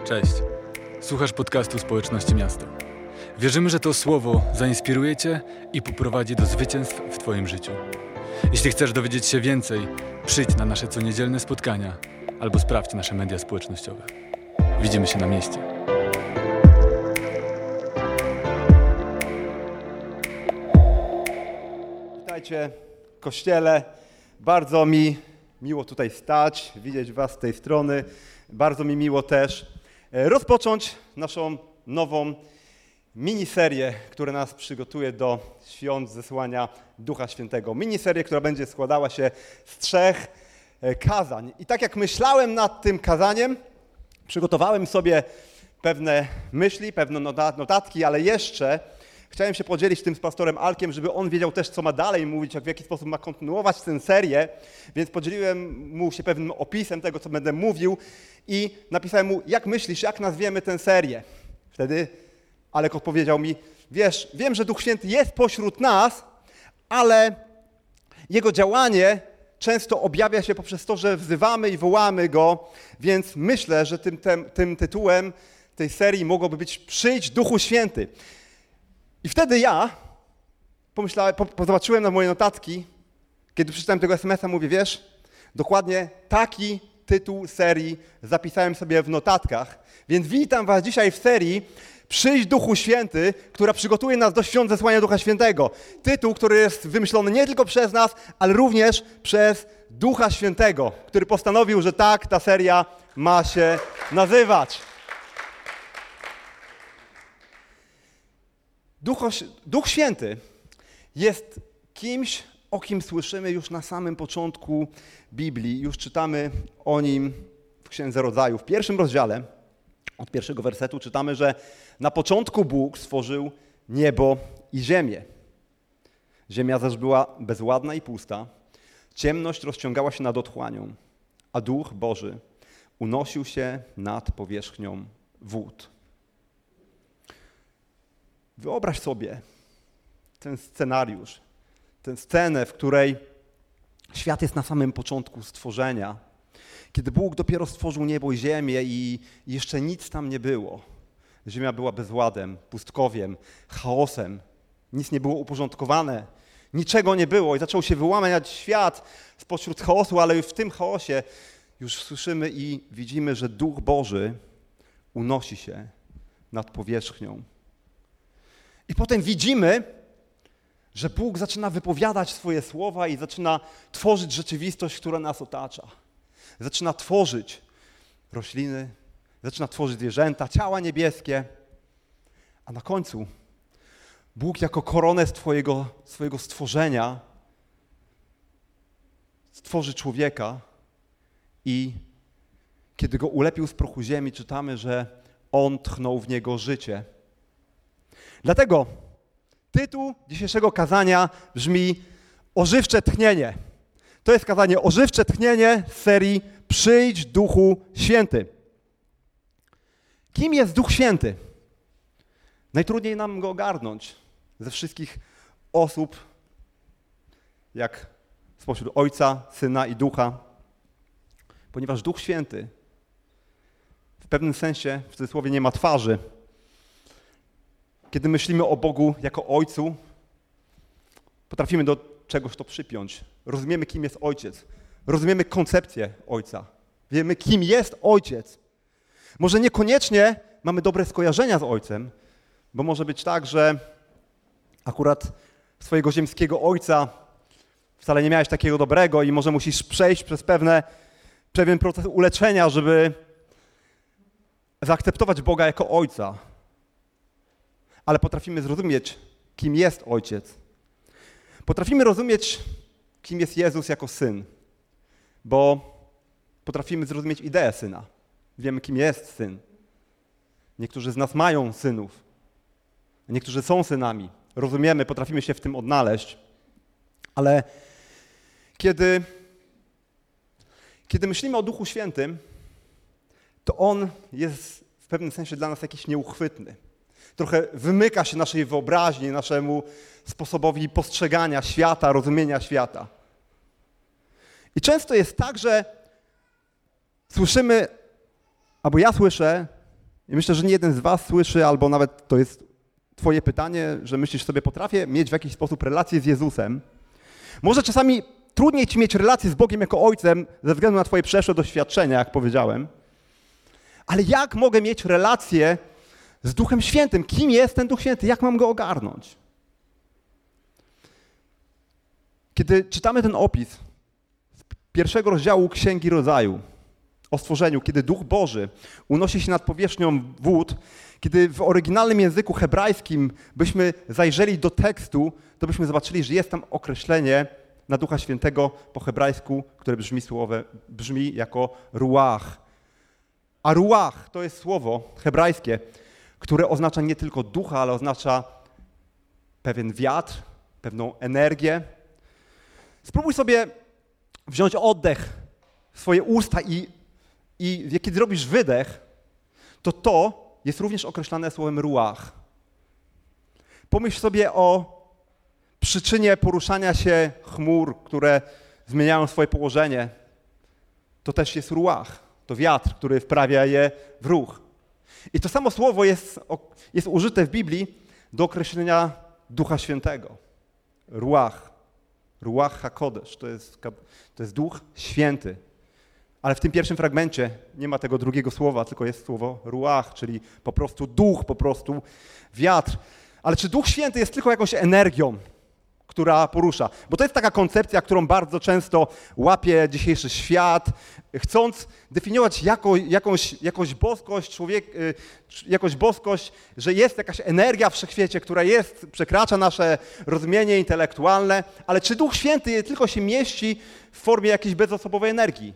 Cześć. Słuchasz podcastu Społeczności Miasto. Wierzymy, że to słowo zainspiruje Cię i poprowadzi do zwycięstw w Twoim życiu. Jeśli chcesz dowiedzieć się więcej, przyjdź na nasze coniedzielne spotkania albo sprawdź nasze media społecznościowe. Widzimy się na mieście. Witajcie w kościele. Bardzo mi miło tutaj stać, widzieć Was z tej strony. Bardzo mi miło też rozpocząć naszą nową miniserię, która nas przygotuje do świąt zesłania Ducha Świętego. Miniserię, która będzie składała się z 3 kazań. I tak jak myślałem nad tym kazaniem, przygotowałem sobie pewne myśli, pewne notatki, ale jeszcze chciałem się podzielić tym z pastorem Alkiem, żeby on wiedział też, co ma dalej mówić, w jaki sposób ma kontynuować tę serię, więc podzieliłem mu się pewnym opisem tego, co będę mówił i napisałem mu, jak myślisz, jak nazwiemy tę serię? Wtedy Alek odpowiedział mi, wiesz, wiem, że Duch Święty jest pośród nas, ale Jego działanie często objawia się poprzez to, że wzywamy i wołamy Go, więc myślę, że tym tytułem tej serii mogłoby być Przyjdź Duchu Święty. I wtedy ja pomyślałem, zobaczyłem na moje notatki, kiedy przeczytałem tego SMS-a, mówię, wiesz, dokładnie taki tytuł serii zapisałem sobie w notatkach, więc witam Was dzisiaj w serii Przyjdź Duchu Święty, która przygotuje nas do świąt zesłania Ducha Świętego. Tytuł, który jest wymyślony nie tylko przez nas, ale również przez Ducha Świętego, który postanowił, że tak ta seria ma się nazywać. Duch Święty jest kimś, o kim słyszymy już na samym początku Biblii. Już czytamy o nim w Księdze Rodzaju. W 1 rozdziale, od 1 wersetu czytamy, że na początku Bóg stworzył niebo i ziemię. Ziemia zaś była bezładna i pusta. Ciemność rozciągała się nad otchłanią, a Duch Boży unosił się nad powierzchnią wód. Wyobraź sobie ten scenariusz, tę scenę, w której świat jest na samym początku stworzenia, kiedy Bóg dopiero stworzył niebo i ziemię i jeszcze nic tam nie było. Ziemia była bezładem, pustkowiem, chaosem, nic nie było uporządkowane, niczego nie było i zaczął się wyłaniać świat spośród chaosu, ale już w tym chaosie już słyszymy i widzimy, że Duch Boży unosi się nad powierzchnią. I potem widzimy, że Bóg zaczyna wypowiadać swoje słowa i zaczyna tworzyć rzeczywistość, która nas otacza. Zaczyna tworzyć rośliny, zaczyna tworzyć zwierzęta, ciała niebieskie, a na końcu Bóg jako koronę swojego stworzenia stworzy człowieka i kiedy go ulepił z prochu ziemi, czytamy, że On tchnął w niego życie. Dlatego tytuł dzisiejszego kazania brzmi Ożywcze tchnienie. To jest kazanie Ożywcze tchnienie z serii Przyjdź Duchu Święty. Kim jest Duch Święty? Najtrudniej nam go ogarnąć ze wszystkich osób, jak spośród Ojca, Syna i Ducha, ponieważ Duch Święty w pewnym sensie, w cudzysłowie, nie ma twarzy. Kiedy myślimy o Bogu jako Ojcu, potrafimy do czegoś to przypiąć. Rozumiemy, kim jest Ojciec. Rozumiemy koncepcję Ojca. Wiemy, kim jest Ojciec. Może niekoniecznie mamy dobre skojarzenia z Ojcem, bo może być tak, że akurat swojego ziemskiego Ojca wcale nie miałeś takiego dobrego i może musisz przejść przez pewien proces uleczenia, żeby zaakceptować Boga jako Ojca. Ale potrafimy zrozumieć, kim jest Ojciec. Potrafimy rozumieć, kim jest Jezus jako Syn, bo potrafimy zrozumieć ideę Syna. Wiemy, kim jest Syn. Niektórzy z nas mają synów, a niektórzy są synami. Rozumiemy, potrafimy się w tym odnaleźć, ale kiedy myślimy o Duchu Świętym, to On jest w pewnym sensie dla nas jakiś nieuchwytny. Trochę wymyka się naszej wyobraźni, naszemu sposobowi postrzegania świata, rozumienia świata. I często jest tak, że słyszymy, albo ja słyszę I myślę, że nie jeden z was słyszy, albo nawet to jest twoje pytanie, że myślisz sobie, potrafię mieć w jakiś sposób relację z Jezusem. Może czasami trudniej ci mieć relację z Bogiem jako Ojcem ze względu na twoje przeszłe doświadczenia, jak powiedziałem. Ale jak mogę mieć relację z Duchem Świętym? Kim jest ten Duch Święty? Jak mam go ogarnąć? Kiedy czytamy ten opis z pierwszego rozdziału Księgi Rodzaju o stworzeniu, kiedy Duch Boży unosi się nad powierzchnią wód, kiedy w oryginalnym języku hebrajskim byśmy zajrzeli do tekstu, to byśmy zobaczyli, że jest tam określenie na Ducha Świętego po hebrajsku, które brzmi jako ruach. A ruach to jest słowo hebrajskie, które oznacza nie tylko ducha, ale oznacza pewien wiatr, pewną energię. Spróbuj sobie wziąć oddech w swoje usta i kiedy robisz wydech, to jest również określane słowem ruach. Pomyśl sobie o przyczynie poruszania się chmur, które zmieniają swoje położenie. To też jest ruach. To wiatr, który wprawia je w ruch. I to samo słowo jest użyte w Biblii do określenia Ducha Świętego. Ruach. Ruach HaKodesz. To jest Duch Święty. Ale w tym pierwszym fragmencie nie ma tego drugiego słowa, tylko jest słowo ruach, czyli po prostu duch, po prostu wiatr. Ale czy Duch Święty jest tylko jakąś energią, która porusza? Bo to jest taka koncepcja, którą bardzo często łapie dzisiejszy świat, chcąc definiować jakąś boskość, jakąś boskość, że jest jakaś energia w wszechświecie, która przekracza nasze rozumienie intelektualne, ale czy Duch Święty tylko się mieści w formie jakiejś bezosobowej energii?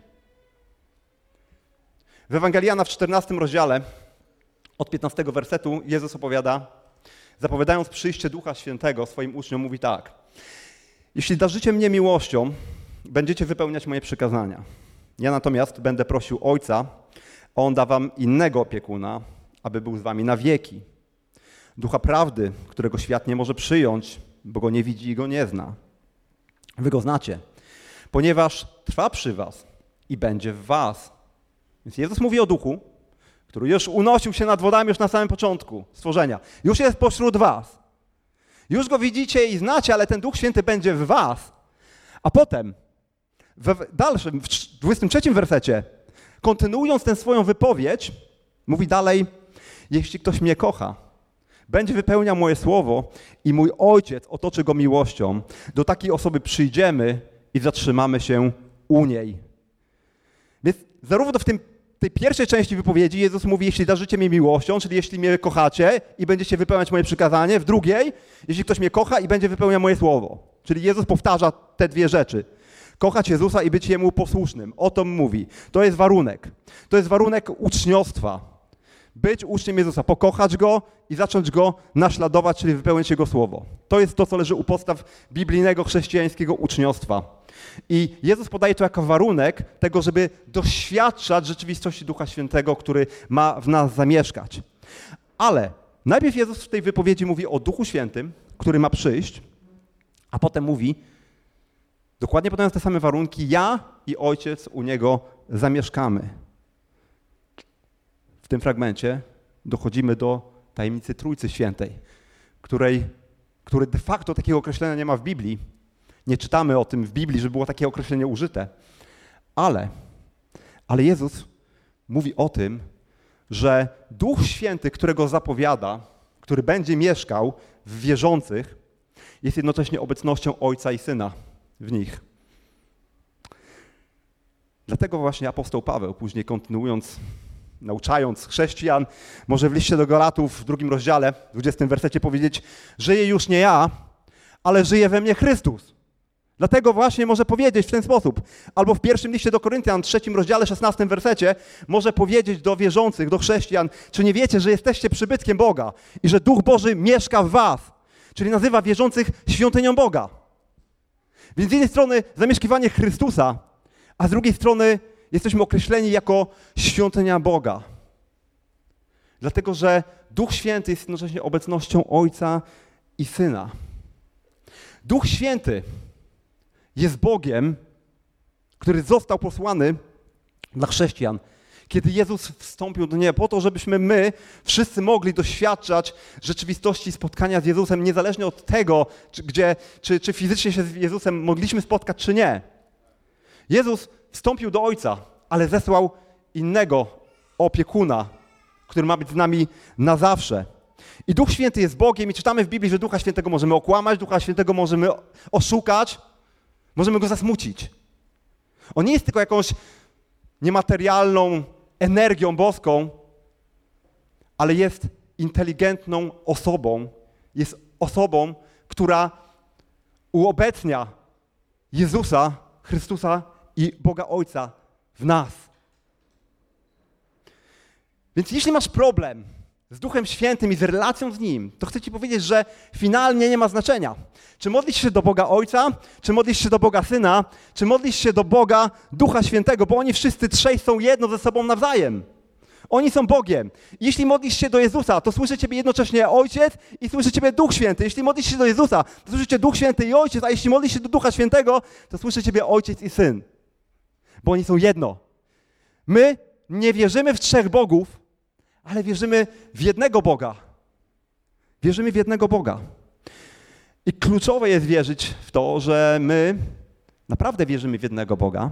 W Ewangelii Jana w 14 rozdziale od 15 wersetu Jezus opowiada, zapowiadając przyjście Ducha Świętego swoim uczniom, mówi tak: jeśli darzycie mnie miłością, będziecie wypełniać moje przykazania. Ja natomiast będę prosił Ojca, a On da wam innego opiekuna, aby był z wami na wieki. Ducha prawdy, którego świat nie może przyjąć, bo go nie widzi i go nie zna. Wy go znacie, ponieważ trwa przy was i będzie w was. Więc Jezus mówi o Duchu, który już unosił się nad wodami już na samym początku stworzenia. Już jest pośród was. Już go widzicie i znacie, ale ten Duch Święty będzie w was. A potem, w dalszym, w 23 wersecie, kontynuując tę swoją wypowiedź, mówi dalej: jeśli ktoś mnie kocha, będzie wypełniał moje słowo i mój Ojciec otoczy go miłością. Do takiej osoby przyjdziemy i zatrzymamy się u niej. Więc zarówno w tej pierwszej części wypowiedzi Jezus mówi: jeśli darzycie mnie miłością, czyli jeśli mnie kochacie i będziecie wypełniać moje przykazanie. W drugiej: jeśli ktoś mnie kocha i będzie wypełniał moje słowo. Czyli Jezus powtarza te dwie rzeczy. Kochać Jezusa i być Jemu posłusznym. O tym mówi. To jest warunek. To jest warunek uczniostwa. Być uczniem Jezusa, pokochać Go i zacząć Go naśladować, czyli wypełnić Jego słowo. To jest to, co leży u podstaw biblijnego, chrześcijańskiego uczniostwa. I Jezus podaje to jako warunek tego, żeby doświadczać rzeczywistości Ducha Świętego, który ma w nas zamieszkać. Ale najpierw Jezus w tej wypowiedzi mówi o Duchu Świętym, który ma przyjść, a potem mówi, dokładnie podając te same warunki: ja i Ojciec u Niego zamieszkamy. W tym fragmencie dochodzimy do tajemnicy Trójcy Świętej, który de facto takiego określenia nie ma w Biblii. Nie czytamy o tym w Biblii, żeby było takie określenie użyte. Ale Jezus mówi o tym, że Duch Święty, którego zapowiada, który będzie mieszkał w wierzących, jest jednocześnie obecnością Ojca i Syna w nich. Dlatego właśnie apostoł Paweł, później kontynuując, nauczając chrześcijan, może w liście do Galatów w 2 rozdziale, w 20 wersecie powiedzieć: żyję już nie ja, ale żyje we mnie Chrystus. Dlatego właśnie może powiedzieć w ten sposób. Albo w pierwszym liście do Koryntian, 3 rozdziale, 16 wersecie, może powiedzieć do wierzących, do chrześcijan: czy nie wiecie, że jesteście przybytkiem Boga i że Duch Boży mieszka w was? Czyli nazywa wierzących świątynią Boga. Więc z jednej strony zamieszkiwanie Chrystusa, a z drugiej strony jesteśmy określeni jako świątynia Boga. Dlatego, że Duch Święty jest jednocześnie obecnością Ojca i Syna. Duch Święty jest Bogiem, który został posłany dla chrześcijan, kiedy Jezus wstąpił do nieba, po to, żebyśmy my wszyscy mogli doświadczać rzeczywistości spotkania z Jezusem, niezależnie od tego, czy fizycznie się z Jezusem mogliśmy spotkać, czy nie. Jezus wstąpił do Ojca, ale zesłał innego opiekuna, który ma być z nami na zawsze. I Duch Święty jest Bogiem i czytamy w Biblii, że Ducha Świętego możemy okłamać, Ducha Świętego możemy oszukać, możemy go zasmucić. On nie jest tylko jakąś niematerialną energią boską, ale jest inteligentną osobą. Jest osobą, która uobecnia Jezusa, Chrystusa i Boga Ojca w nas. Więc jeśli masz problem z Duchem Świętym i z relacją z Nim, to chcę Ci powiedzieć, że finalnie nie ma znaczenia. Czy modlisz się do Boga Ojca, czy modlisz się do Boga Syna, czy modlisz się do Boga Ducha Świętego, bo oni wszyscy trzej są jedno ze sobą nawzajem. Oni są Bogiem. Jeśli modlisz się do Jezusa, to słyszy Ciebie jednocześnie Ojciec i słyszy Ciebie Duch Święty. Jeśli modlisz się do Jezusa, to słyszy Cię Duch Święty i Ojciec, a jeśli modlisz się do Ducha Świętego, to słyszy Ciebie Ojciec i Syn. Bo oni są jedno. My nie wierzymy w trzech bogów, ale wierzymy w jednego Boga. Wierzymy w jednego Boga. I kluczowe jest wierzyć w to, że my naprawdę wierzymy w jednego Boga,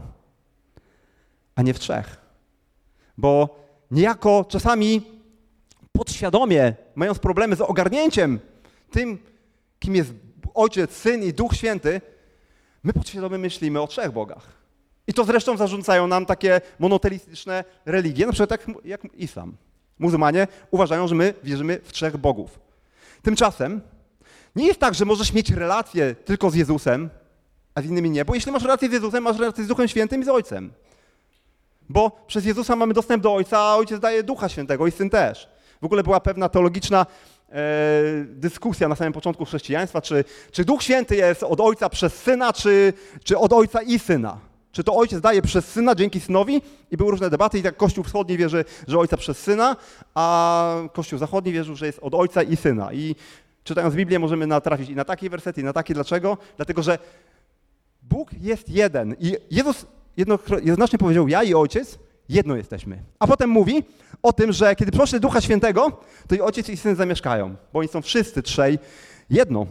a nie w trzech. Bo niejako czasami podświadomie, mając problemy z ogarnięciem tym, kim jest Ojciec, Syn i Duch Święty, my podświadomie myślimy o trzech bogach. I to zresztą zarzucają nam takie monoteistyczne religie, na przykład jak islam. Muzułmanie uważają, że my wierzymy w trzech bogów. Tymczasem nie jest tak, że możesz mieć relację tylko z Jezusem, a z innymi nie, bo jeśli masz relację z Jezusem, masz relację z Duchem Świętym i z Ojcem. Bo przez Jezusa mamy dostęp do Ojca, a Ojciec daje Ducha Świętego i Syn też. W ogóle była pewna teologiczna dyskusja na samym początku chrześcijaństwa, czy Duch Święty jest od Ojca przez Syna, czy od Ojca i Syna. Czy to Ojciec daje przez Syna dzięki Synowi? I były różne debaty i tak Kościół Wschodni wierzy, że Ojca przez Syna, a Kościół Zachodni wierzył, że jest od Ojca i Syna. I czytając Biblię możemy natrafić i na takie wersety, i na takie. Dlaczego? Dlatego, że Bóg jest jeden. I Jezus jednoznacznie powiedział, ja i Ojciec jedno jesteśmy. A potem mówi o tym, że kiedy proszę Ducha Świętego, to i Ojciec i Syn zamieszkają, bo oni są wszyscy trzej jedno.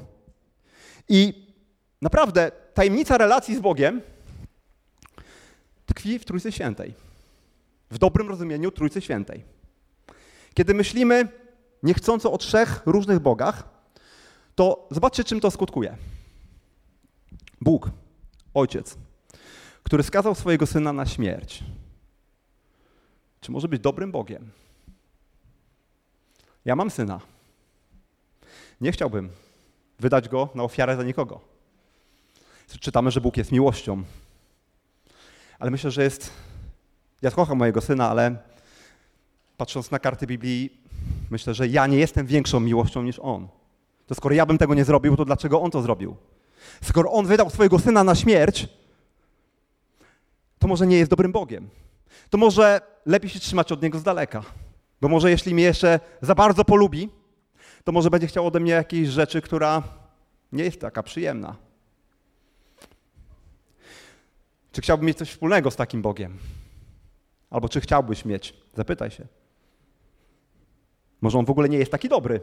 I naprawdę tajemnica relacji z Bogiem tkwi w Trójcy Świętej. W dobrym rozumieniu Trójcy Świętej. Kiedy myślimy niechcąco o trzech różnych bogach, to zobaczcie, czym to skutkuje. Bóg, Ojciec, który skazał swojego Syna na śmierć, czy może być dobrym Bogiem? Ja mam Syna. Nie chciałbym wydać Go na ofiarę za nikogo. Czytamy, że Bóg jest miłością. Ale myślę, że ja kocham mojego Syna, ale patrząc na karty Biblii, myślę, że ja nie jestem większą miłością niż On. To skoro ja bym tego nie zrobił, to dlaczego On to zrobił? Skoro On wydał swojego Syna na śmierć, to może nie jest dobrym Bogiem. To może lepiej się trzymać od Niego z daleka. Bo może jeśli mnie jeszcze za bardzo polubi, to może będzie chciał ode mnie jakiejś rzeczy, która nie jest taka przyjemna. Czy chciałbym mieć coś wspólnego z takim Bogiem? Albo czy chciałbyś mieć? Zapytaj się. Może On w ogóle nie jest taki dobry.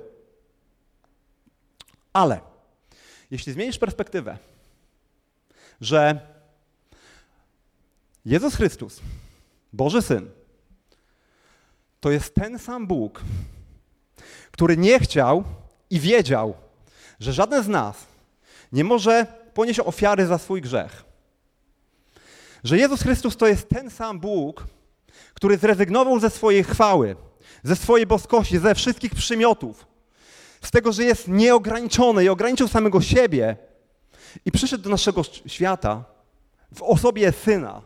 Ale jeśli zmienisz perspektywę, że Jezus Chrystus, Boży Syn, to jest ten sam Bóg, który nie chciał i wiedział, że żaden z nas nie może ponieść ofiary za swój grzech. Że Jezus Chrystus to jest ten sam Bóg, który zrezygnował ze swojej chwały, ze swojej boskości, ze wszystkich przymiotów, z tego, że jest nieograniczony i ograniczył samego siebie i przyszedł do naszego świata w osobie Syna.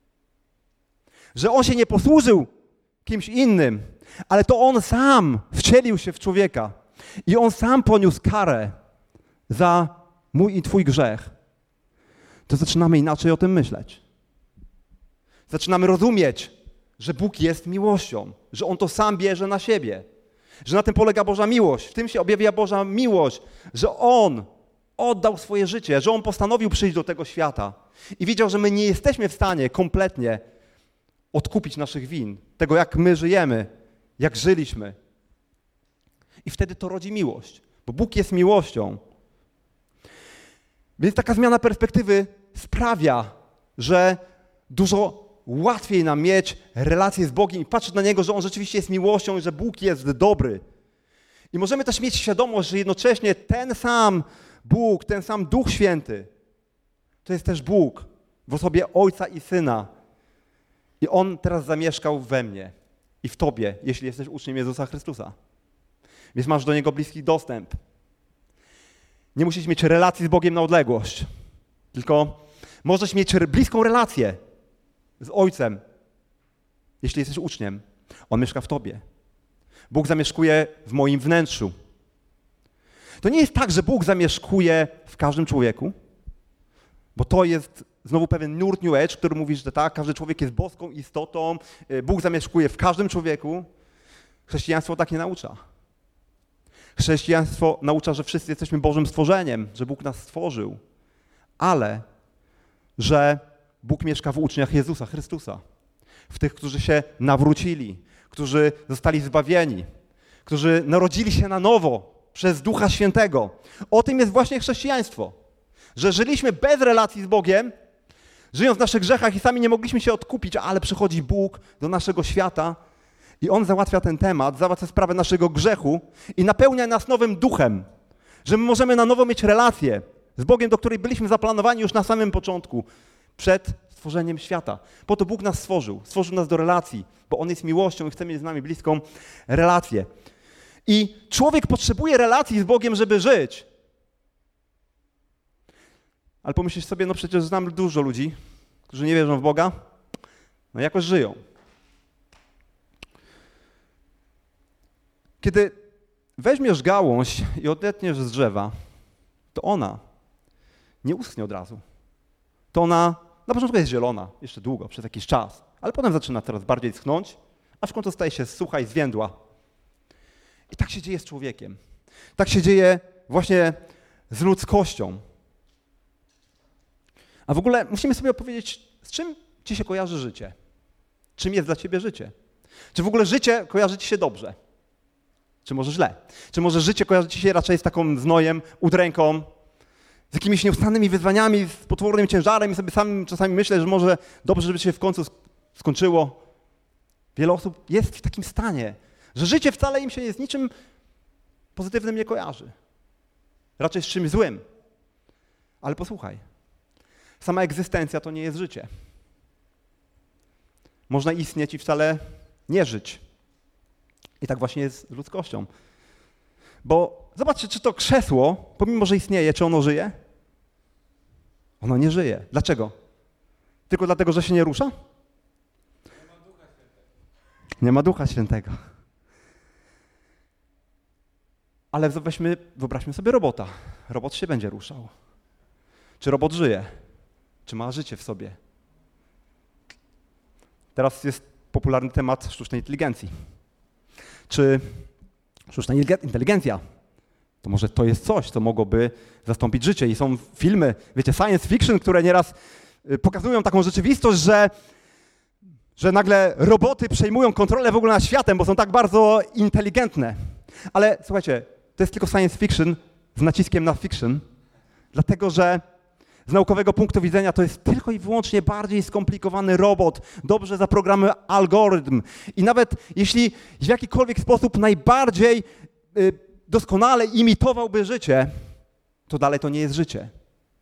Że On się nie posłużył kimś innym, ale to On sam wcielił się w człowieka i On sam poniósł karę za mój i Twój grzech. To zaczynamy inaczej o tym myśleć. Zaczynamy rozumieć, że Bóg jest miłością, że On to sam bierze na siebie, że na tym polega Boża miłość, w tym się objawia Boża miłość, że On oddał swoje życie, że On postanowił przyjść do tego świata i wiedział, że my nie jesteśmy w stanie kompletnie odkupić naszych win, tego, jak my żyjemy, jak żyliśmy. I wtedy to rodzi miłość, bo Bóg jest miłością. Więc taka zmiana perspektywy sprawia, że dużo łatwiej nam mieć relacje z Bogiem i patrzeć na Niego, że On rzeczywiście jest miłością i że Bóg jest dobry. I możemy też mieć świadomość, że jednocześnie ten sam Bóg, ten sam Duch Święty, to jest też Bóg w osobie Ojca i Syna. I On teraz zamieszkał we mnie i w Tobie, jeśli jesteś uczniem Jezusa Chrystusa. Więc masz do Niego bliski dostęp. Nie musisz mieć relacji z Bogiem na odległość, tylko możesz mieć bliską relację z Ojcem, jeśli jesteś uczniem. On mieszka w Tobie. Bóg zamieszkuje w moim wnętrzu. To nie jest tak, że Bóg zamieszkuje w każdym człowieku, bo to jest znowu pewien nurt New Age, który mówi, że tak, każdy człowiek jest boską istotą, Bóg zamieszkuje w każdym człowieku. Chrześcijaństwo tak nie naucza. Chrześcijaństwo naucza, że wszyscy jesteśmy Bożym stworzeniem, że Bóg nas stworzył, ale że Bóg mieszka w uczniach Jezusa Chrystusa, w tych, którzy się nawrócili, którzy zostali zbawieni, którzy narodzili się na nowo przez Ducha Świętego. O tym jest właśnie chrześcijaństwo, że żyliśmy bez relacji z Bogiem, żyjąc w naszych grzechach i sami nie mogliśmy się odkupić, ale przychodzi Bóg do naszego świata i On załatwia ten temat, załatwia sprawę naszego grzechu i napełnia nas nowym duchem, że my możemy na nowo mieć relację z Bogiem, do której byliśmy zaplanowani już na samym początku, przed stworzeniem świata. Po to Bóg nas stworzył nas do relacji, bo On jest miłością i chce mieć z nami bliską relację. I człowiek potrzebuje relacji z Bogiem, żeby żyć. Ale pomyślisz sobie, no przecież znam dużo ludzi, którzy nie wierzą w Boga, no jakoś żyją. Kiedy weźmiesz gałąź i odetniesz z drzewa, to ona nie uschnie od razu. To ona na początku jest zielona, jeszcze długo, przez jakiś czas, ale potem zaczyna coraz bardziej schnąć, aż w końcu staje się sucha i zwiędła. I tak się dzieje z człowiekiem. Tak się dzieje właśnie z ludzkością. A w ogóle musimy sobie opowiedzieć, z czym ci się kojarzy życie? Czym jest dla ciebie życie? Czy w ogóle życie kojarzy ci się dobrze? Czy może źle? Czy może życie kojarzy ci się raczej z taką znojem, udręką, z jakimiś nieustannymi wyzwaniami, z potwornym ciężarem i sobie sam czasami myślę, że może dobrze, żeby się w końcu skończyło. Wiele osób jest w takim stanie, że życie wcale im się z niczym pozytywnym nie kojarzy. Raczej z czymś złym. Ale posłuchaj, sama egzystencja to nie jest życie. Można istnieć i wcale nie żyć. I tak właśnie jest z ludzkością. Bo zobaczcie, czy to krzesło, pomimo że istnieje, czy ono żyje? Ono nie żyje. Dlaczego? Tylko dlatego, że się nie rusza? Nie ma Ducha Świętego. Ale wyobraźmy sobie robota. Robot się będzie ruszał. Czy robot żyje? Czy ma życie w sobie? Teraz jest popularny temat sztucznej inteligencji. Czy sztuczna inteligencja to może to jest coś, co mogłoby zastąpić życie? I są filmy, wiecie, science fiction, które nieraz pokazują taką rzeczywistość, że nagle roboty przejmują kontrolę w ogóle nad światem, bo są tak bardzo inteligentne. Ale słuchajcie, to jest tylko science fiction z naciskiem na fiction, dlatego że z naukowego punktu widzenia to jest tylko i wyłącznie bardziej skomplikowany robot, dobrze zaprogramowany algorytm. I nawet jeśli w jakikolwiek sposób najbardziej doskonale imitowałby życie, to dalej to nie jest życie.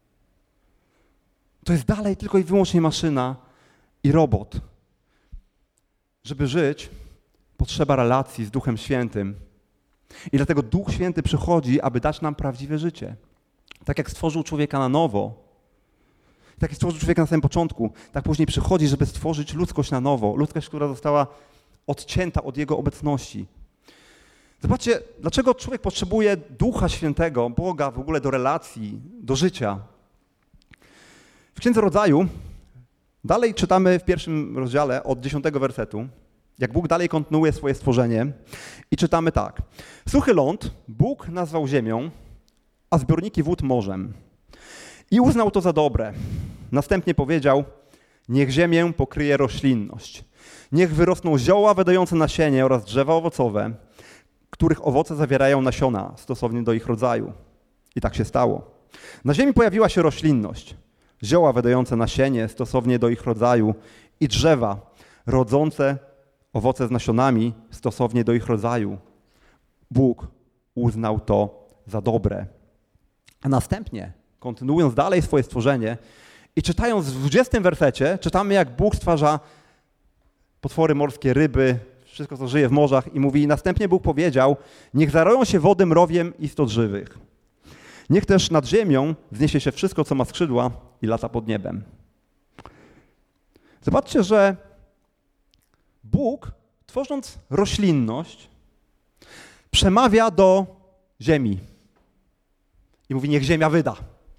To jest dalej tylko i wyłącznie maszyna i robot. Żeby żyć, potrzeba relacji z Duchem Świętym. I dlatego Duch Święty przychodzi, aby dać nam prawdziwe życie. Tak jak stworzył człowieka na nowo, tak jak stworzył człowieka na samym początku, tak później przychodzi, żeby stworzyć ludzkość na nowo. Ludzkość, która została odcięta od Jego obecności. Zobaczcie, dlaczego człowiek potrzebuje Ducha Świętego, Boga w ogóle do relacji, do życia. W Księdze Rodzaju dalej czytamy w 1 rozdziale od 10 wersetu, jak Bóg dalej kontynuuje swoje stworzenie i czytamy tak. Suchy ląd Bóg nazwał ziemią, a zbiorniki wód morzem. I uznał to za dobre. Następnie powiedział, niech ziemię pokryje roślinność. Niech wyrosną zioła wydające nasienie oraz drzewa owocowe, których owoce zawierają nasiona stosownie do ich rodzaju. I tak się stało. Na ziemi pojawiła się roślinność, zioła wydające nasienie stosownie do ich rodzaju i drzewa rodzące owoce z nasionami stosownie do ich rodzaju. Bóg uznał to za dobre. A następnie, kontynuując dalej swoje stworzenie i czytając w 20 wersecie, czytamy, jak Bóg stwarza potwory morskie, ryby, wszystko, co żyje w morzach i mówi, następnie Bóg powiedział, niech zaroją się wody mrowiem istot żywych. Niech też nad ziemią wzniesie się wszystko, co ma skrzydła i lata pod niebem. Zobaczcie, że Bóg, tworząc roślinność, przemawia do ziemi i mówi, niech ziemia wyda.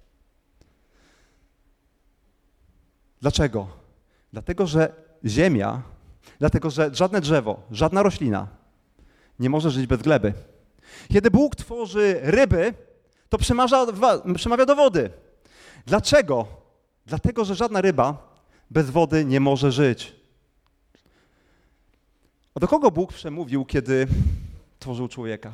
Dlaczego? Dlatego, że żadne drzewo, żadna roślina nie może żyć bez gleby. Kiedy Bóg tworzy ryby, to przemawia do wody. Dlaczego? Dlatego, że żadna ryba bez wody nie może żyć. A do kogo Bóg przemówił, kiedy tworzył człowieka?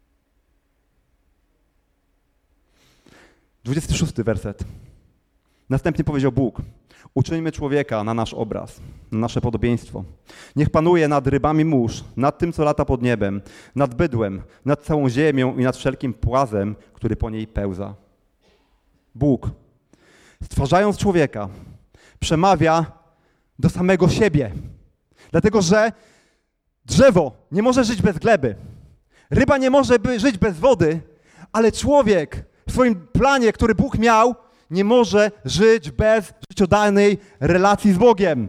26 werset. Następnie powiedział Bóg, uczyńmy człowieka na nasz obraz, na nasze podobieństwo. Niech panuje nad rybami mórz, nad tym, co lata pod niebem, nad bydłem, nad całą ziemią i nad wszelkim płazem, który po niej pełza. Bóg, stwarzając człowieka, przemawia do samego siebie. Dlatego, że drzewo nie może żyć bez gleby. Ryba nie może żyć bez wody, ale człowiek w swoim planie, który Bóg miał, nie może żyć bez życiodajnej relacji z Bogiem.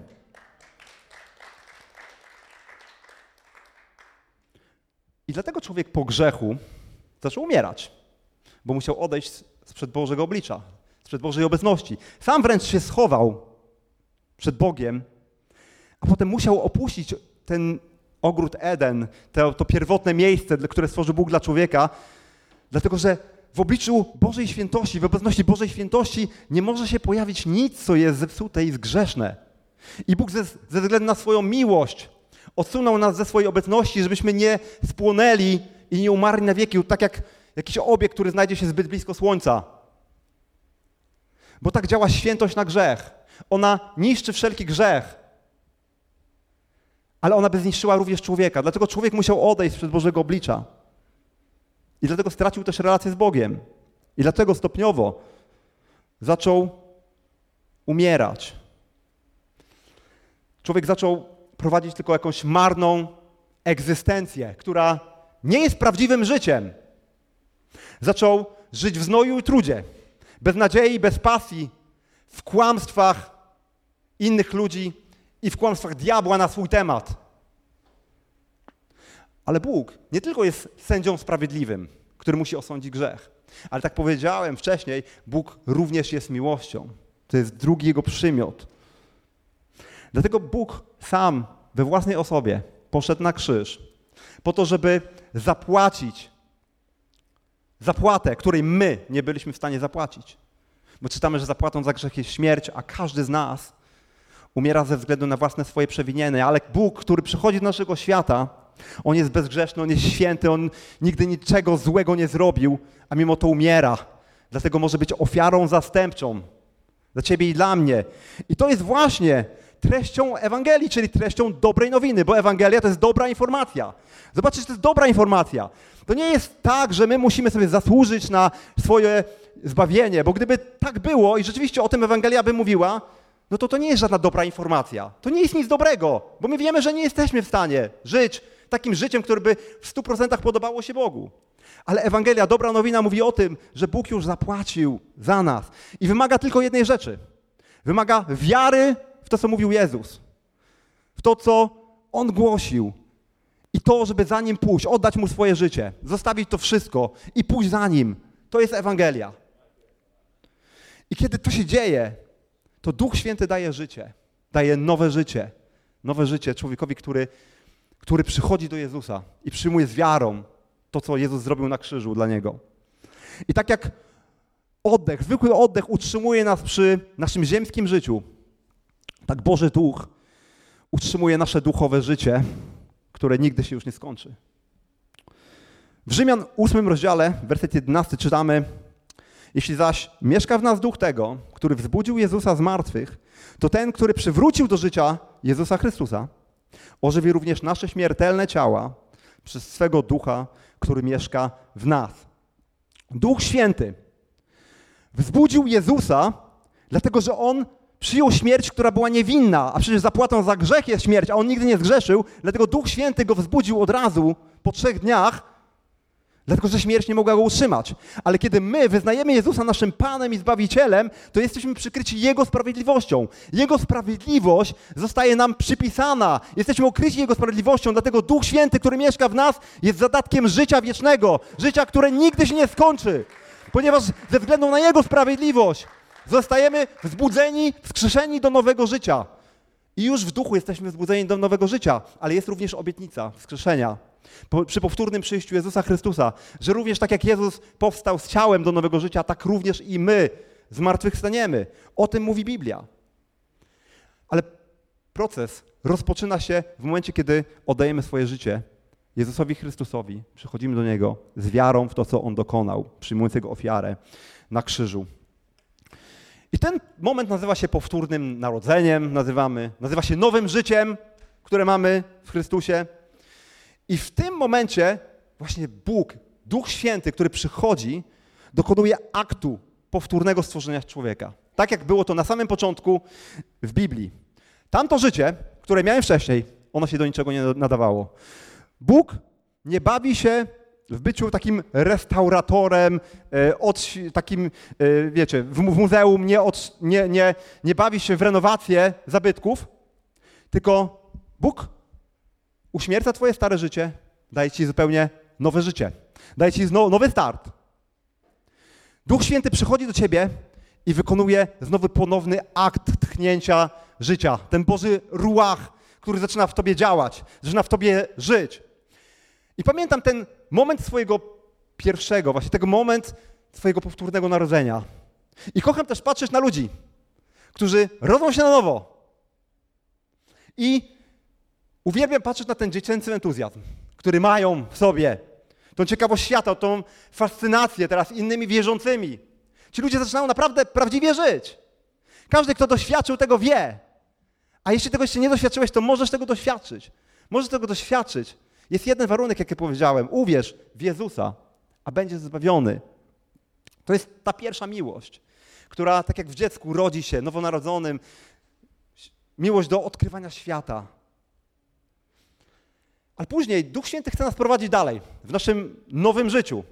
I dlatego człowiek po grzechu zaczął umierać, bo musiał odejść sprzed Bożego oblicza, sprzed Bożej obecności. Sam wręcz się schował przed Bogiem, a potem musiał opuścić ten ogród Eden, to pierwotne miejsce, które stworzył Bóg dla człowieka, dlatego że w obliczu Bożej świętości, w obecności Bożej świętości nie może się pojawić nic, co jest zepsute i zgrzeszne. I Bóg ze względu na swoją miłość odsunął nas ze swojej obecności, żebyśmy nie spłonęli i nie umarli na wieki, tak jak jakiś obiekt, który znajdzie się zbyt blisko słońca. Bo tak działa świętość na grzech. Ona niszczy wszelki grzech, ale ona by zniszczyła również człowieka. Dlatego człowiek musiał odejść przed Bożego oblicza. I dlatego stracił też relację z Bogiem. I dlatego stopniowo zaczął umierać. Człowiek zaczął prowadzić tylko jakąś marną egzystencję, która nie jest prawdziwym życiem. Zaczął żyć w znoju i trudzie, bez nadziei, bez pasji, w kłamstwach innych ludzi i w kłamstwach diabła na swój temat. Ale Bóg nie tylko jest sędzią sprawiedliwym, który musi osądzić grzech, ale tak powiedziałem wcześniej, Bóg również jest miłością. To jest drugi Jego przymiot. Dlatego Bóg sam we własnej osobie poszedł na krzyż po to, żeby zapłacić zapłatę, której my nie byliśmy w stanie zapłacić. Bo czytamy, że zapłatą za grzech jest śmierć, a każdy z nas umiera ze względu na własne swoje przewinienie. Ale Bóg, który przychodzi do naszego świata, On jest bezgrzeszny, On jest święty, On nigdy niczego złego nie zrobił, a mimo to umiera. Dlatego może być ofiarą zastępczą dla ciebie i dla mnie. I to jest właśnie treścią Ewangelii, czyli treścią dobrej nowiny, bo Ewangelia to jest dobra informacja. Zobaczcie, że to jest dobra informacja. To nie jest tak, że my musimy sobie zasłużyć na swoje zbawienie, bo gdyby tak było i rzeczywiście o tym Ewangelia by mówiła, no to nie jest żadna dobra informacja. To nie jest nic dobrego, bo my wiemy, że nie jesteśmy w stanie żyć takim życiem, które by w 100% podobało się Bogu. Ale Ewangelia, dobra nowina mówi o tym, że Bóg już zapłacił za nas i wymaga tylko jednej rzeczy. Wymaga wiary w to, co mówił Jezus, w to, co On głosił i to, żeby za Nim pójść, oddać Mu swoje życie, zostawić to wszystko i pójść za Nim. To jest Ewangelia. I kiedy to się dzieje, to Duch Święty daje życie, daje nowe życie człowiekowi, który przychodzi do Jezusa i przyjmuje z wiarą to, co Jezus zrobił na krzyżu dla niego. I tak jak oddech, zwykły oddech utrzymuje nas przy naszym ziemskim życiu, tak Boży Duch utrzymuje nasze duchowe życie, które nigdy się już nie skończy. W Rzymian 8 rozdziale, werset 11 czytamy: jeśli zaś mieszka w nas duch tego, który wzbudził Jezusa z martwych, to ten, który przywrócił do życia Jezusa Chrystusa, ożywi również nasze śmiertelne ciała przez swego ducha, który mieszka w nas. Duch Święty wzbudził Jezusa, dlatego że On przyjął śmierć, która była niewinna, a przecież zapłatą za grzech jest śmierć, a On nigdy nie zgrzeszył, dlatego Duch Święty go wzbudził od razu po 3 dniach, dlatego że śmierć nie mogła go utrzymać. Ale kiedy my wyznajemy Jezusa naszym Panem i Zbawicielem, to jesteśmy przykryci Jego sprawiedliwością. Jego sprawiedliwość zostaje nam przypisana. Jesteśmy okryci Jego sprawiedliwością, dlatego Duch Święty, który mieszka w nas, jest zadatkiem życia wiecznego. Życia, które nigdy się nie skończy. Ponieważ ze względu na Jego sprawiedliwość zostajemy wzbudzeni, wskrzeszeni do nowego życia. I już w duchu jesteśmy wzbudzeni do nowego życia, ale jest również obietnica wskrzeszenia. Przy powtórnym przyjściu Jezusa Chrystusa, że również tak jak Jezus powstał z ciałem do nowego życia, tak również i my zmartwychwstaniemy. O tym mówi Biblia. Ale proces rozpoczyna się w momencie, kiedy oddajemy swoje życie Jezusowi Chrystusowi, przychodzimy do Niego z wiarą w to, co On dokonał, przyjmując Jego ofiarę na krzyżu. I ten moment nazywa się powtórnym narodzeniem, nazywa się nowym życiem, które mamy w Chrystusie. I w tym momencie właśnie Bóg, Duch Święty, który przychodzi, dokonuje aktu powtórnego stworzenia człowieka. Tak jak było to na samym początku w Biblii. Tamto życie, które miałem wcześniej, ono się do niczego nie nadawało. Bóg nie bawi się w byciu takim restauratorem, wiecie, w muzeum nie bawi się w renowację zabytków, tylko Bóg uśmierca twoje stare życie, daje ci zupełnie nowe życie. Daje ci nowy start. Duch Święty przychodzi do ciebie i wykonuje znowu ponowny akt tchnięcia życia. Ten Boży ruach, który zaczyna w tobie działać, zaczyna w tobie żyć. I pamiętam ten moment swojego pierwszego, właśnie tego moment swojego powtórnego narodzenia. I kocham też patrzeć na ludzi, którzy rodzą się na nowo. I uwielbiam patrzeć na ten dziecięcy entuzjazm, który mają w sobie. Tą ciekawość świata, tą fascynację teraz innymi wierzącymi. Ci ludzie zaczynają naprawdę prawdziwie żyć. Każdy, kto doświadczył tego, wie. A jeśli tego jeszcze nie doświadczyłeś, to możesz tego doświadczyć. Możesz tego doświadczyć. Jest jeden warunek, jak ja powiedziałem. Uwierz w Jezusa, a będziesz zbawiony. To jest ta pierwsza miłość, która tak jak w dziecku rodzi się nowonarodzonym. Miłość do odkrywania świata. Ale później Duch Święty chce nas prowadzić dalej, w naszym nowym życiu.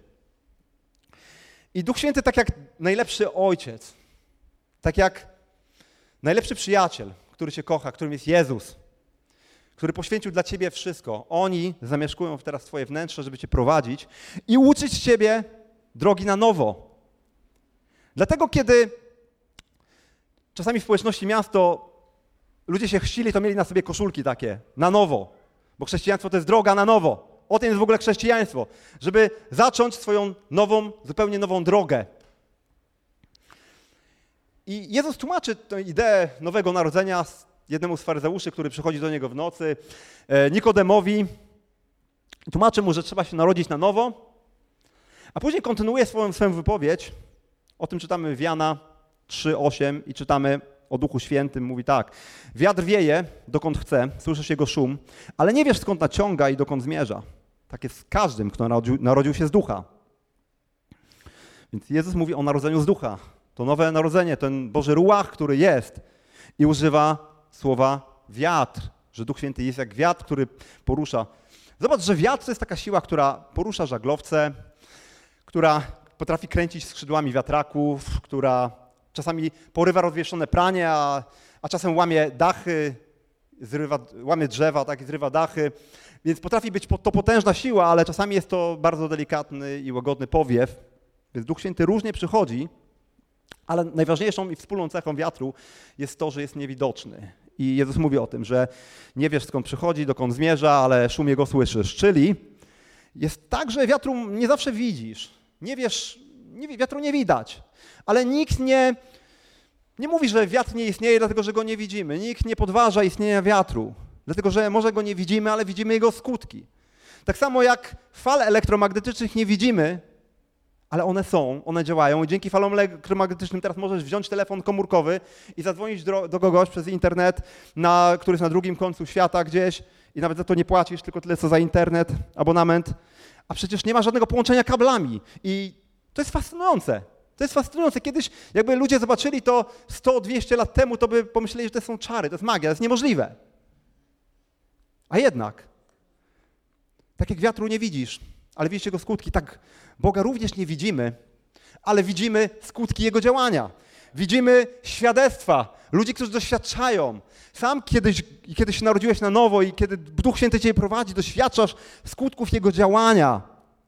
I Duch Święty tak jak najlepszy ojciec, tak jak najlepszy przyjaciel, który cię kocha, którym jest Jezus, który poświęcił dla ciebie wszystko. Oni zamieszkują teraz twoje wnętrze, żeby cię prowadzić i uczyć ciebie drogi na nowo. Dlatego kiedy czasami w społeczności miasto ludzie się chrzcili, to mieli na sobie koszulki takie, na nowo. Bo chrześcijaństwo to jest droga na nowo. O tym jest w ogóle chrześcijaństwo. Żeby zacząć swoją nową, zupełnie nową drogę. I Jezus tłumaczy tę ideę nowego narodzenia jednemu z faryzeuszy, który przychodzi do Niego w nocy, Nikodemowi. Tłumaczy mu, że trzeba się narodzić na nowo. A później kontynuuje swoją wypowiedź. O tym czytamy w Jana 3:8 i czytamy o Duchu Świętym. Mówi tak: wiatr wieje, dokąd chce, słyszysz jego szum, ale nie wiesz, skąd naciąga i dokąd zmierza. Tak jest z każdym, kto narodził się z Ducha. Więc Jezus mówi o narodzeniu z Ducha. To nowe narodzenie, ten Boży ruach, który jest i używa słowa wiatr, że Duch Święty jest jak wiatr, który porusza. Zobacz, że wiatr to jest taka siła, która porusza żaglowce, która potrafi kręcić skrzydłami wiatraków, która czasami porywa rozwieszone pranie, a czasem łamie dachy, łamie drzewa, tak, i zrywa dachy. Więc potrafi być to potężna siła, ale czasami jest to bardzo delikatny i łagodny powiew. Więc Duch Święty różnie przychodzi, ale najważniejszą i wspólną cechą wiatru jest to, że jest niewidoczny. I Jezus mówi o tym, że nie wiesz, skąd przychodzi, dokąd zmierza, ale szum jego słyszysz. Czyli jest tak, że wiatru nie zawsze widzisz. Nie wiesz, wiatru nie widać. Ale nikt nie mówi, że wiatr nie istnieje, dlatego że go nie widzimy. Nikt nie podważa istnienia wiatru. Dlatego, że może go nie widzimy, ale widzimy jego skutki. Tak samo jak fal elektromagnetycznych nie widzimy, ale one są, one działają i dzięki falom elektromagnetycznym teraz możesz wziąć telefon komórkowy i zadzwonić do kogoś przez internet, który jest na drugim końcu świata gdzieś i nawet za to nie płacisz, tylko tyle co za internet, abonament, a przecież nie ma żadnego połączenia kablami i to jest fascynujące. To jest fascynujące. Kiedyś jakby ludzie zobaczyli to 100-200 lat temu, to by pomyśleli, że to są czary, to jest magia, to jest niemożliwe. A jednak, tak jak wiatru nie widzisz, ale widzisz jego skutki, tak Boga również nie widzimy, ale widzimy skutki Jego działania. Widzimy świadectwa, ludzi, którzy doświadczają. Sam kiedy się narodziłeś na nowo i kiedy Duch Święty Cię prowadzi, doświadczasz skutków Jego działania.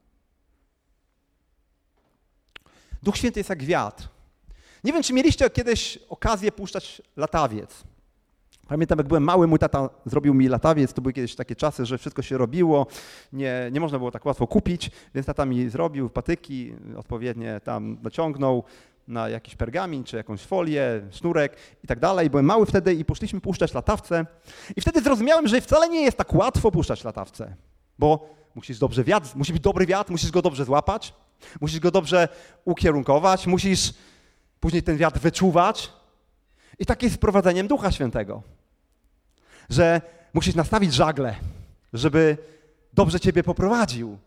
Duch Święty jest jak wiatr. Nie wiem, czy mieliście kiedyś okazję puszczać latawiec. Pamiętam, jak byłem mały, mój tata zrobił mi latawiec, to były kiedyś takie czasy, że wszystko się robiło, nie można było tak łatwo kupić, więc tata mi zrobił patyki, odpowiednie tam naciągnął na jakiś pergamin, czy jakąś folię, sznurek i tak dalej. Byłem mały wtedy i poszliśmy puszczać latawce i wtedy zrozumiałem, że wcale nie jest tak łatwo puszczać latawce, bo musi być dobry wiatr, musisz go dobrze złapać, musisz go dobrze ukierunkować, musisz później ten wiatr wyczuwać. I tak jest z prowadzeniem Ducha Świętego, że musisz nastawić żagle, żeby dobrze Ciebie poprowadził.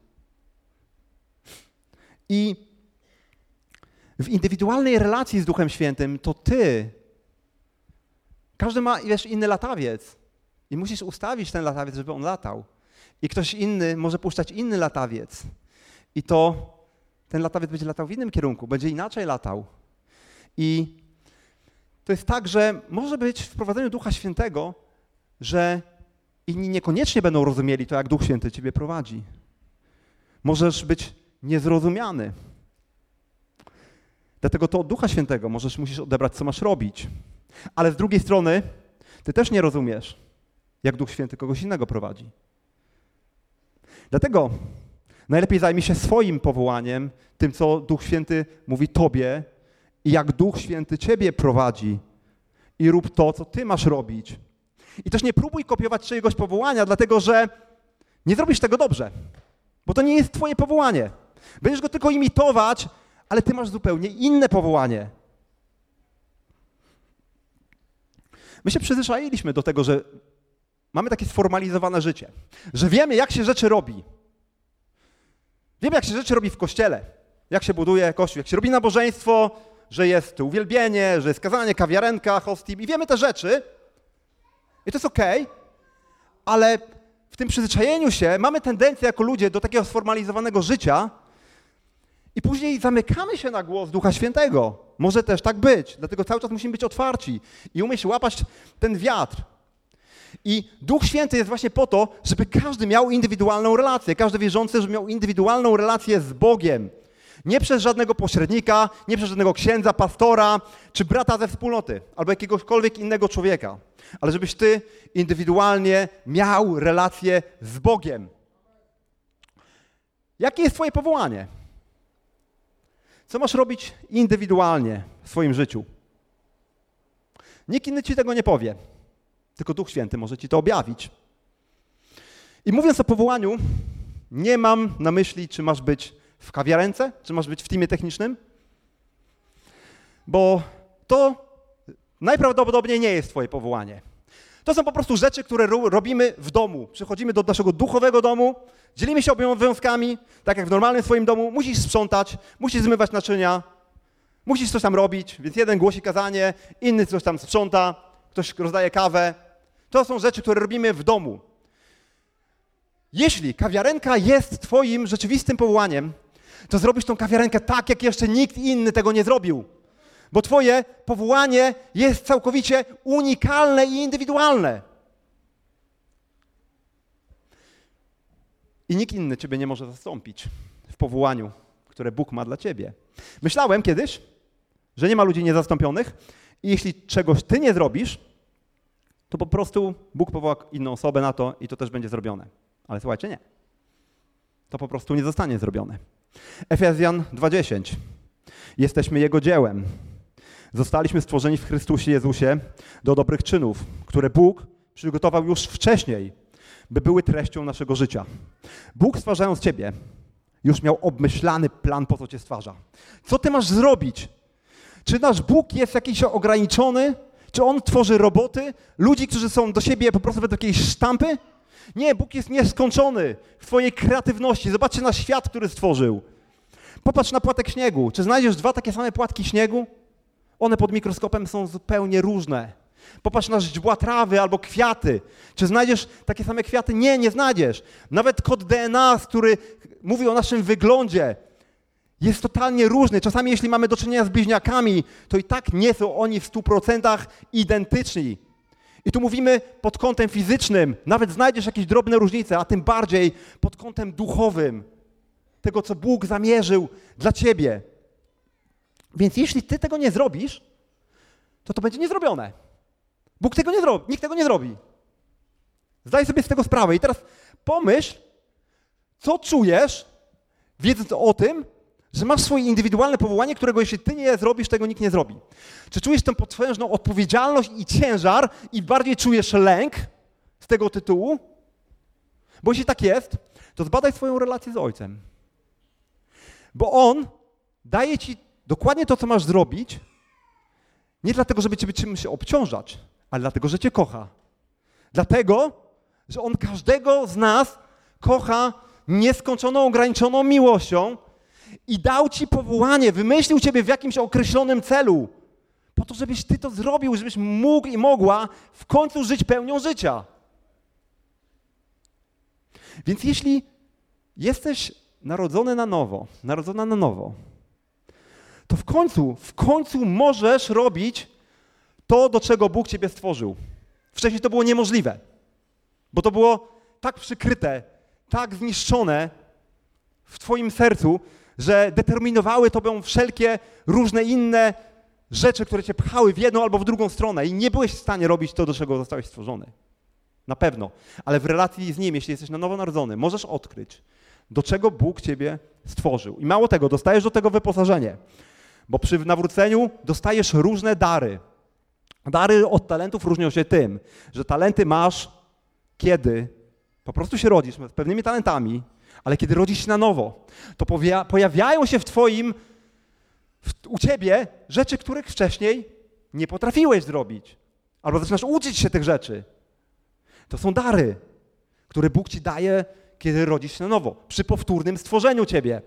I w indywidualnej relacji z Duchem Świętym to Ty, każdy ma, inny latawiec i musisz ustawić ten latawiec, żeby on latał. I ktoś inny może puszczać inny latawiec i ten latawiec będzie latał w innym kierunku, będzie inaczej latał. I to jest tak, że może być w prowadzeniu Ducha Świętego, że inni niekoniecznie będą rozumieli to, jak Duch Święty Ciebie prowadzi. Możesz być niezrozumiany. Dlatego to od Ducha Świętego musisz odebrać, co masz robić. Ale z drugiej strony Ty też nie rozumiesz, jak Duch Święty kogoś innego prowadzi. Dlatego najlepiej zajmij się swoim powołaniem, tym, co Duch Święty mówi Tobie, i jak Duch Święty Ciebie prowadzi i rób to, co Ty masz robić. I też nie próbuj kopiować czyjegoś powołania, dlatego że nie zrobisz tego dobrze, bo to nie jest Twoje powołanie. Będziesz go tylko imitować, ale Ty masz zupełnie inne powołanie. My się przyzwyczailiśmy do tego, że mamy takie sformalizowane życie, że wiemy, jak się rzeczy robi. Wiemy, jak się rzeczy robi w kościele, jak się buduje kościół, jak się robi nabożeństwo, że jest uwielbienie, że jest kazanie, kawiarenka, hosting i wiemy te rzeczy i to jest okej, ale w tym przyzwyczajeniu się mamy tendencję jako ludzie do takiego sformalizowanego życia i później zamykamy się na głos Ducha Świętego. Może też tak być, dlatego cały czas musimy być otwarci i umieć łapać ten wiatr. I Duch Święty jest właśnie po to, żeby każdy miał indywidualną relację, każdy wierzący, żeby miał indywidualną relację z Bogiem. Nie przez żadnego pośrednika, nie przez żadnego księdza, pastora, czy brata ze wspólnoty, albo jakiegokolwiek innego człowieka, ale żebyś Ty indywidualnie miał relację z Bogiem. Jakie jest Twoje powołanie? Co masz robić indywidualnie w swoim życiu? Nikt inny Ci tego nie powie, tylko Duch Święty może Ci to objawić. I mówiąc o powołaniu, nie mam na myśli, czy masz być w kawiarence, czy masz być w teamie technicznym, bo to najprawdopodobniej nie jest Twoje powołanie. To są po prostu rzeczy, które robimy w domu. Przychodzimy do naszego duchowego domu, dzielimy się obowiązkami, tak jak w normalnym swoim domu. Musisz sprzątać, musisz zmywać naczynia, musisz coś tam robić, więc jeden głosi kazanie, inny coś tam sprząta, ktoś rozdaje kawę. To są rzeczy, które robimy w domu. Jeśli kawiarenka jest Twoim rzeczywistym powołaniem, to zrobisz tą kawiarenkę tak, jak jeszcze nikt inny tego nie zrobił. Bo Twoje powołanie jest całkowicie unikalne i indywidualne. I nikt inny Ciebie nie może zastąpić w powołaniu, które Bóg ma dla Ciebie. Myślałem kiedyś, że nie ma ludzi niezastąpionych i jeśli czegoś Ty nie zrobisz, to po prostu Bóg powoła inną osobę na to i to też będzie zrobione. Ale słuchajcie, nie. To po prostu nie zostanie zrobione. Efezjan 2:10. Jesteśmy Jego dziełem. Zostaliśmy stworzeni w Chrystusie Jezusie do dobrych czynów, które Bóg przygotował już wcześniej, by były treścią naszego życia. Bóg, stwarzając ciebie, już miał obmyślany plan, po co cię stwarza. Co ty masz zrobić? Czy nasz Bóg jest jakiś ograniczony? Czy On tworzy roboty? Ludzi, którzy są do siebie po prostu według jakiejś sztampy? Nie, Bóg jest nieskończony w twojej kreatywności. Zobaczcie na świat, który stworzył. Popatrz na płatek śniegu. Czy znajdziesz 2 takie same płatki śniegu? One pod mikroskopem są zupełnie różne. Popatrz na źdźbła trawy albo kwiaty. Czy znajdziesz takie same kwiaty? Nie, nie znajdziesz. Nawet kod DNA, który mówi o naszym wyglądzie, jest totalnie różny. Czasami jeśli mamy do czynienia z bliźniakami, to i tak nie są oni w 100% identyczni. I tu mówimy pod kątem fizycznym. Nawet znajdziesz jakieś drobne różnice, a tym bardziej pod kątem duchowym. Tego, co Bóg zamierzył dla ciebie. Więc jeśli ty tego nie zrobisz, to będzie niezrobione. Bóg tego nie zrobi, nikt tego nie zrobi. Zdaj sobie z tego sprawę. I teraz pomyśl, co czujesz, wiedząc o tym, że masz swoje indywidualne powołanie, którego jeśli ty nie zrobisz, tego nikt nie zrobi. Czy czujesz tę potężną odpowiedzialność i ciężar i bardziej czujesz lęk z tego tytułu? Bo jeśli tak jest, to zbadaj swoją relację z Ojcem. Bo On daje ci dokładnie to, co masz zrobić, nie dlatego, żeby cię czymś obciążać, ale dlatego, że cię kocha. Dlatego, że On każdego z nas kocha nieskończoną, ograniczoną miłością i dał ci powołanie, wymyślił ciebie w jakimś określonym celu, po to, żebyś ty to zrobił, żebyś mógł i mogła w końcu żyć pełnią życia. Więc jeśli jesteś narodzona na nowo, to w końcu możesz robić to, do czego Bóg ciebie stworzył. Wcześniej to było niemożliwe, bo to było tak przykryte, tak zniszczone w twoim sercu, że determinowały tobą wszelkie różne inne rzeczy, które cię pchały w jedną albo w drugą stronę i nie byłeś w stanie robić to, do czego zostałeś stworzony. Na pewno. Ale w relacji z Nim, jeśli jesteś na nowo narodzony, możesz odkryć, do czego Bóg ciebie stworzył. I mało tego, dostajesz do tego wyposażenie, bo przy nawróceniu dostajesz różne dary. Dary od talentów różnią się tym, że talenty masz, kiedy po prostu się rodzisz z pewnymi talentami, ale kiedy rodzisz się na nowo, to pojawiają się u ciebie rzeczy, których wcześniej nie potrafiłeś zrobić. Albo zaczynasz uczyć się tych rzeczy. To są dary, które Bóg ci daje, kiedy rodzisz się na nowo, przy powtórnym stworzeniu ciebie.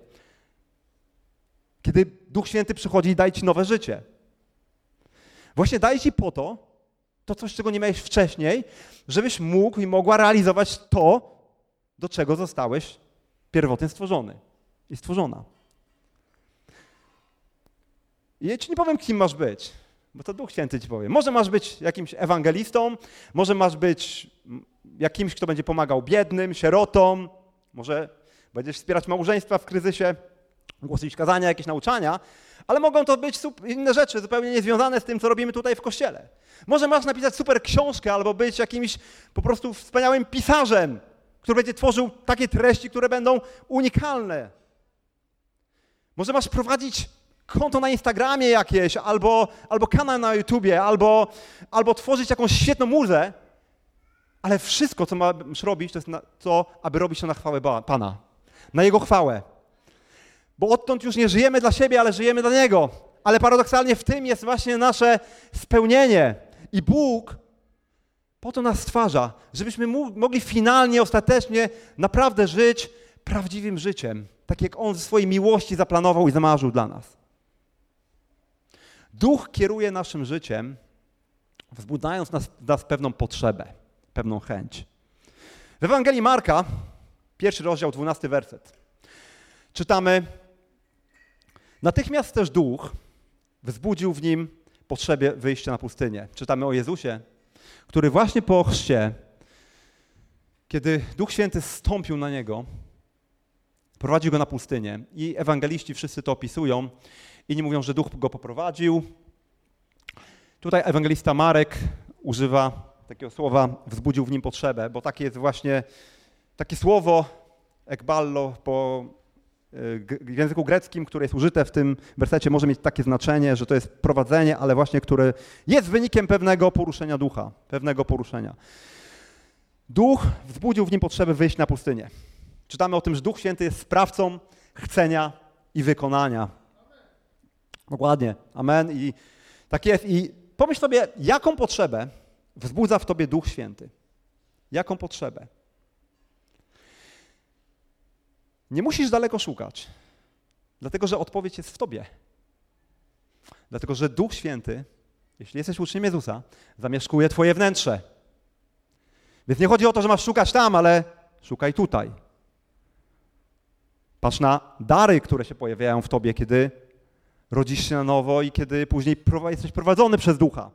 Kiedy Duch Święty przychodzi i daje ci nowe życie. Właśnie daje ci po to coś, czego nie miałeś wcześniej, żebyś mógł i mogła realizować to, do czego zostałeś pierwotnie stworzony i stworzona. I ja ci nie powiem, kim masz być, bo to Duch Święty ci powie. Może masz być jakimś ewangelistą, może masz być jakimś, kto będzie pomagał biednym, sierotom, może będziesz wspierać małżeństwa w kryzysie, głosić kazania, jakieś nauczania, ale mogą to być inne rzeczy, zupełnie niezwiązane z tym, co robimy tutaj w Kościele. Może masz napisać super książkę albo być jakimś po prostu wspaniałym pisarzem, który będzie tworzył takie treści, które będą unikalne. Może masz prowadzić konto na Instagramie jakieś, albo kanał na YouTubie, albo tworzyć jakąś świetną muzę, ale wszystko, co masz robić, to jest to, aby robić to na chwałę Pana, na Jego chwałę. Bo odtąd już nie żyjemy dla siebie, ale żyjemy dla Niego. Ale paradoksalnie w tym jest właśnie nasze spełnienie. I Bóg po to nas stwarza, żebyśmy mogli finalnie, ostatecznie naprawdę żyć prawdziwym życiem. Tak jak On ze swojej miłości zaplanował i zamarzył dla nas. Duch kieruje naszym życiem, wzbudzając nas pewną potrzebę, pewną chęć. W Ewangelii Marka, 1 rozdział, 12 werset, czytamy: natychmiast też Duch wzbudził w nim potrzebę wyjścia na pustynię. Czytamy o Jezusie, który właśnie po chrzcie, kiedy Duch Święty zstąpił na Niego, prowadził Go na pustynię i ewangeliści wszyscy to opisują. Inni mówią, że Duch Go poprowadził. Tutaj ewangelista Marek używa takiego słowa, wzbudził w nim potrzebę, bo takie jest właśnie takie słowo ekballo w języku greckim, które jest użyte w tym wersecie, może mieć takie znaczenie, że to jest prowadzenie, ale właśnie które jest wynikiem pewnego poruszenia ducha, pewnego poruszenia. Duch wzbudził w nim potrzebę wyjść na pustynię. Czytamy o tym, że Duch Święty jest sprawcą chcenia i wykonania. Dokładnie. Amen. I tak jest. I pomyśl sobie, jaką potrzebę wzbudza w tobie Duch Święty. Jaką potrzebę? Nie musisz daleko szukać, dlatego że odpowiedź jest w tobie. Dlatego że Duch Święty, jeśli jesteś uczniem Jezusa, zamieszkuje twoje wnętrze. Więc nie chodzi o to, że masz szukać tam, ale szukaj tutaj. Patrz na dary, które się pojawiają w tobie, kiedy rodzisz się na nowo i kiedy później jesteś prowadzony przez Ducha.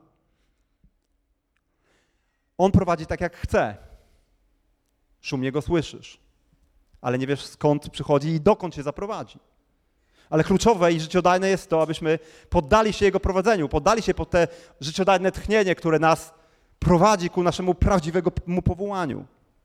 On prowadzi tak, jak chce. Szumnie go słyszysz, ale nie wiesz, skąd przychodzi i dokąd się zaprowadzi. Ale kluczowe i życiodajne jest to, abyśmy poddali się Jego prowadzeniu, poddali się pod te życiodajne tchnienie, które nas prowadzi ku naszemu prawdziwemu powołaniu.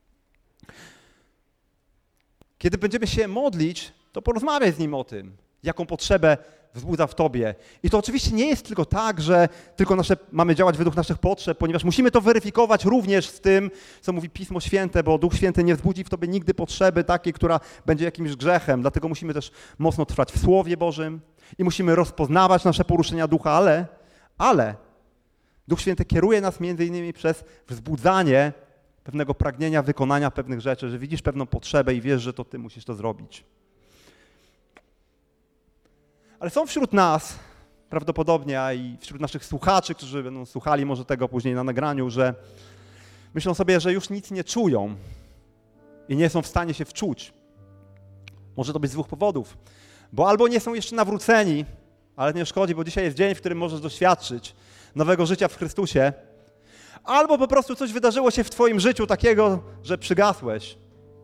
Kiedy będziemy się modlić, to porozmawiaj z Nim o tym, jaką potrzebę wzbudza w tobie. I to oczywiście nie jest tylko tak, że tylko mamy działać według naszych potrzeb, ponieważ musimy to weryfikować również z tym, co mówi Pismo Święte, bo Duch Święty nie wzbudzi w tobie nigdy potrzeby takiej, która będzie jakimś grzechem. Dlatego musimy też mocno trwać w Słowie Bożym i musimy rozpoznawać nasze poruszenia Ducha, ale Duch Święty kieruje nas między innymi przez wzbudzanie pewnego pragnienia wykonania pewnych rzeczy, że widzisz pewną potrzebę i wiesz, że to ty musisz to zrobić. Ale są wśród nas, prawdopodobnie, a i wśród naszych słuchaczy, którzy będą słuchali może tego później na nagraniu, że myślą sobie, że już nic nie czują i nie są w stanie się wczuć. Może to być z dwóch powodów. Bo albo nie są jeszcze nawróceni, ale nie szkodzi, bo dzisiaj jest dzień, w którym możesz doświadczyć nowego życia w Chrystusie, albo po prostu coś wydarzyło się w twoim życiu takiego, że przygasłeś.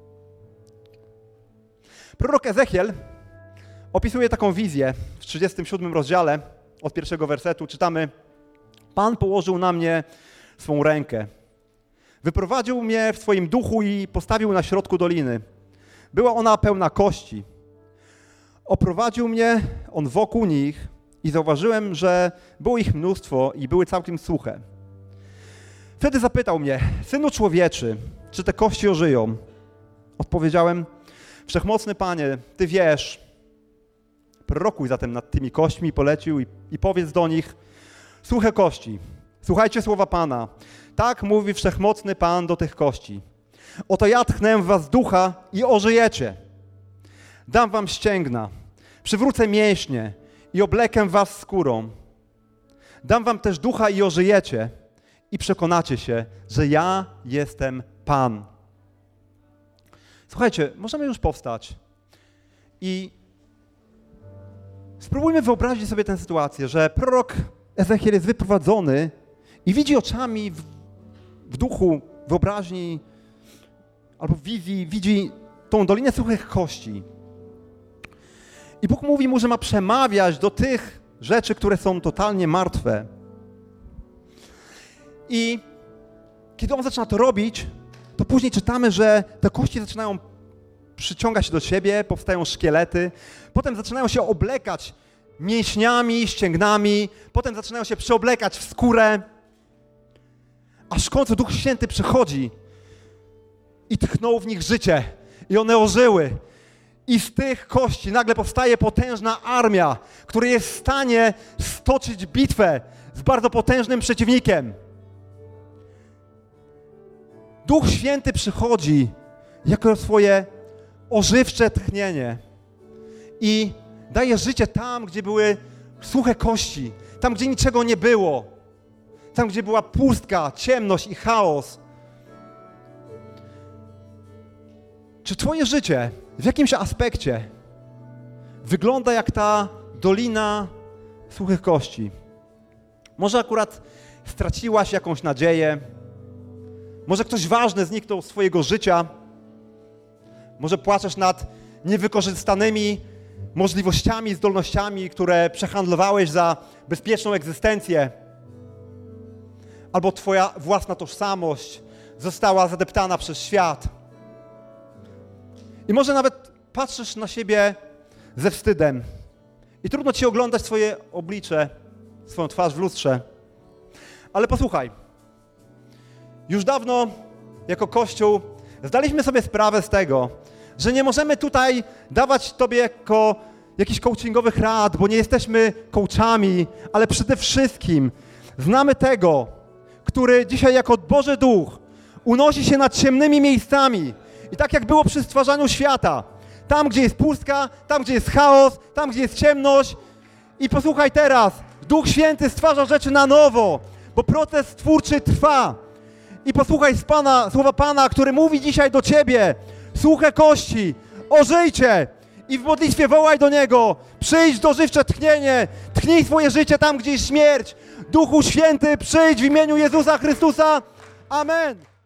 Prorok Ezechiel opisuje taką wizję w 37 rozdziale, od pierwszego wersetu. Czytamy: Pan położył na mnie swą rękę. Wyprowadził mnie w swoim duchu i postawił na środku doliny. Była ona pełna kości. Oprowadził mnie on wokół nich i zauważyłem, że było ich mnóstwo i były całkiem suche. Wtedy zapytał mnie: Synu człowieczy, czy te kości ożyją? Odpowiedziałem: Wszechmocny Panie, Ty wiesz. Prorokuj zatem nad tymi kośćmi, polecił i powiedz do nich: Suche kości, słuchajcie słowa Pana. Tak mówi Wszechmocny Pan do tych kości. Oto ja tchnę w was ducha i ożyjecie. Dam wam ścięgna, przywrócę mięśnie i oblekę was skórą. Dam wam też ducha i ożyjecie i przekonacie się, że ja jestem Pan. Słuchajcie, możemy już powstać i spróbujmy wyobrazić sobie tę sytuację, że prorok Ezechiel jest wyprowadzony i widzi oczami w duchu, wyobraźni albo w wizji, widzi tą dolinę suchych kości. I Bóg mówi mu, że ma przemawiać do tych rzeczy, które są totalnie martwe. I kiedy on zaczyna to robić, to później czytamy, że te kości zaczynają przyciągać się do siebie, powstają szkielety, potem zaczynają się oblekać mięśniami, ścięgnami, potem zaczynają się przeoblekać w skórę, aż w końcu Duch Święty przychodzi i tchnął w nich życie i one ożyły. I z tych kości nagle powstaje potężna armia, która jest w stanie stoczyć bitwę z bardzo potężnym przeciwnikiem. Duch Święty przychodzi jako swoje ożywcze tchnienie i daje życie tam, gdzie były suche kości, tam, gdzie niczego nie było, tam, gdzie była pustka, ciemność i chaos. Czy twoje życie w jakimś aspekcie wygląda jak ta dolina suchych kości? Może akurat straciłaś jakąś nadzieję, może ktoś ważny zniknął z twojego życia, może płaczesz nad niewykorzystanymi możliwościami, zdolnościami, które przehandlowałeś za bezpieczną egzystencję, albo twoja własna tożsamość została zadeptana przez świat. I może nawet patrzysz na siebie ze wstydem i trudno ci oglądać swoje oblicze, swoją twarz w lustrze. Ale posłuchaj, już dawno jako Kościół zdaliśmy sobie sprawę z tego, że nie możemy tutaj dawać Tobie jakichś coachingowych rad, bo nie jesteśmy coachami, ale przede wszystkim znamy tego, który dzisiaj jako Boży Duch unosi się nad ciemnymi miejscami. I tak jak było przy stwarzaniu świata, tam gdzie jest pustka, tam gdzie jest chaos, tam gdzie jest ciemność. I posłuchaj teraz, Duch Święty stwarza rzeczy na nowo, bo proces twórczy trwa. I posłuchaj słowa Pana, który mówi dzisiaj do ciebie: suche kości, ożyjcie! I w modlitwie wołaj do Niego: przyjdź do żywcze tchnienie, tchnij swoje życie tam, gdzie jest śmierć. Duchu Święty, przyjdź w imieniu Jezusa Chrystusa. Amen.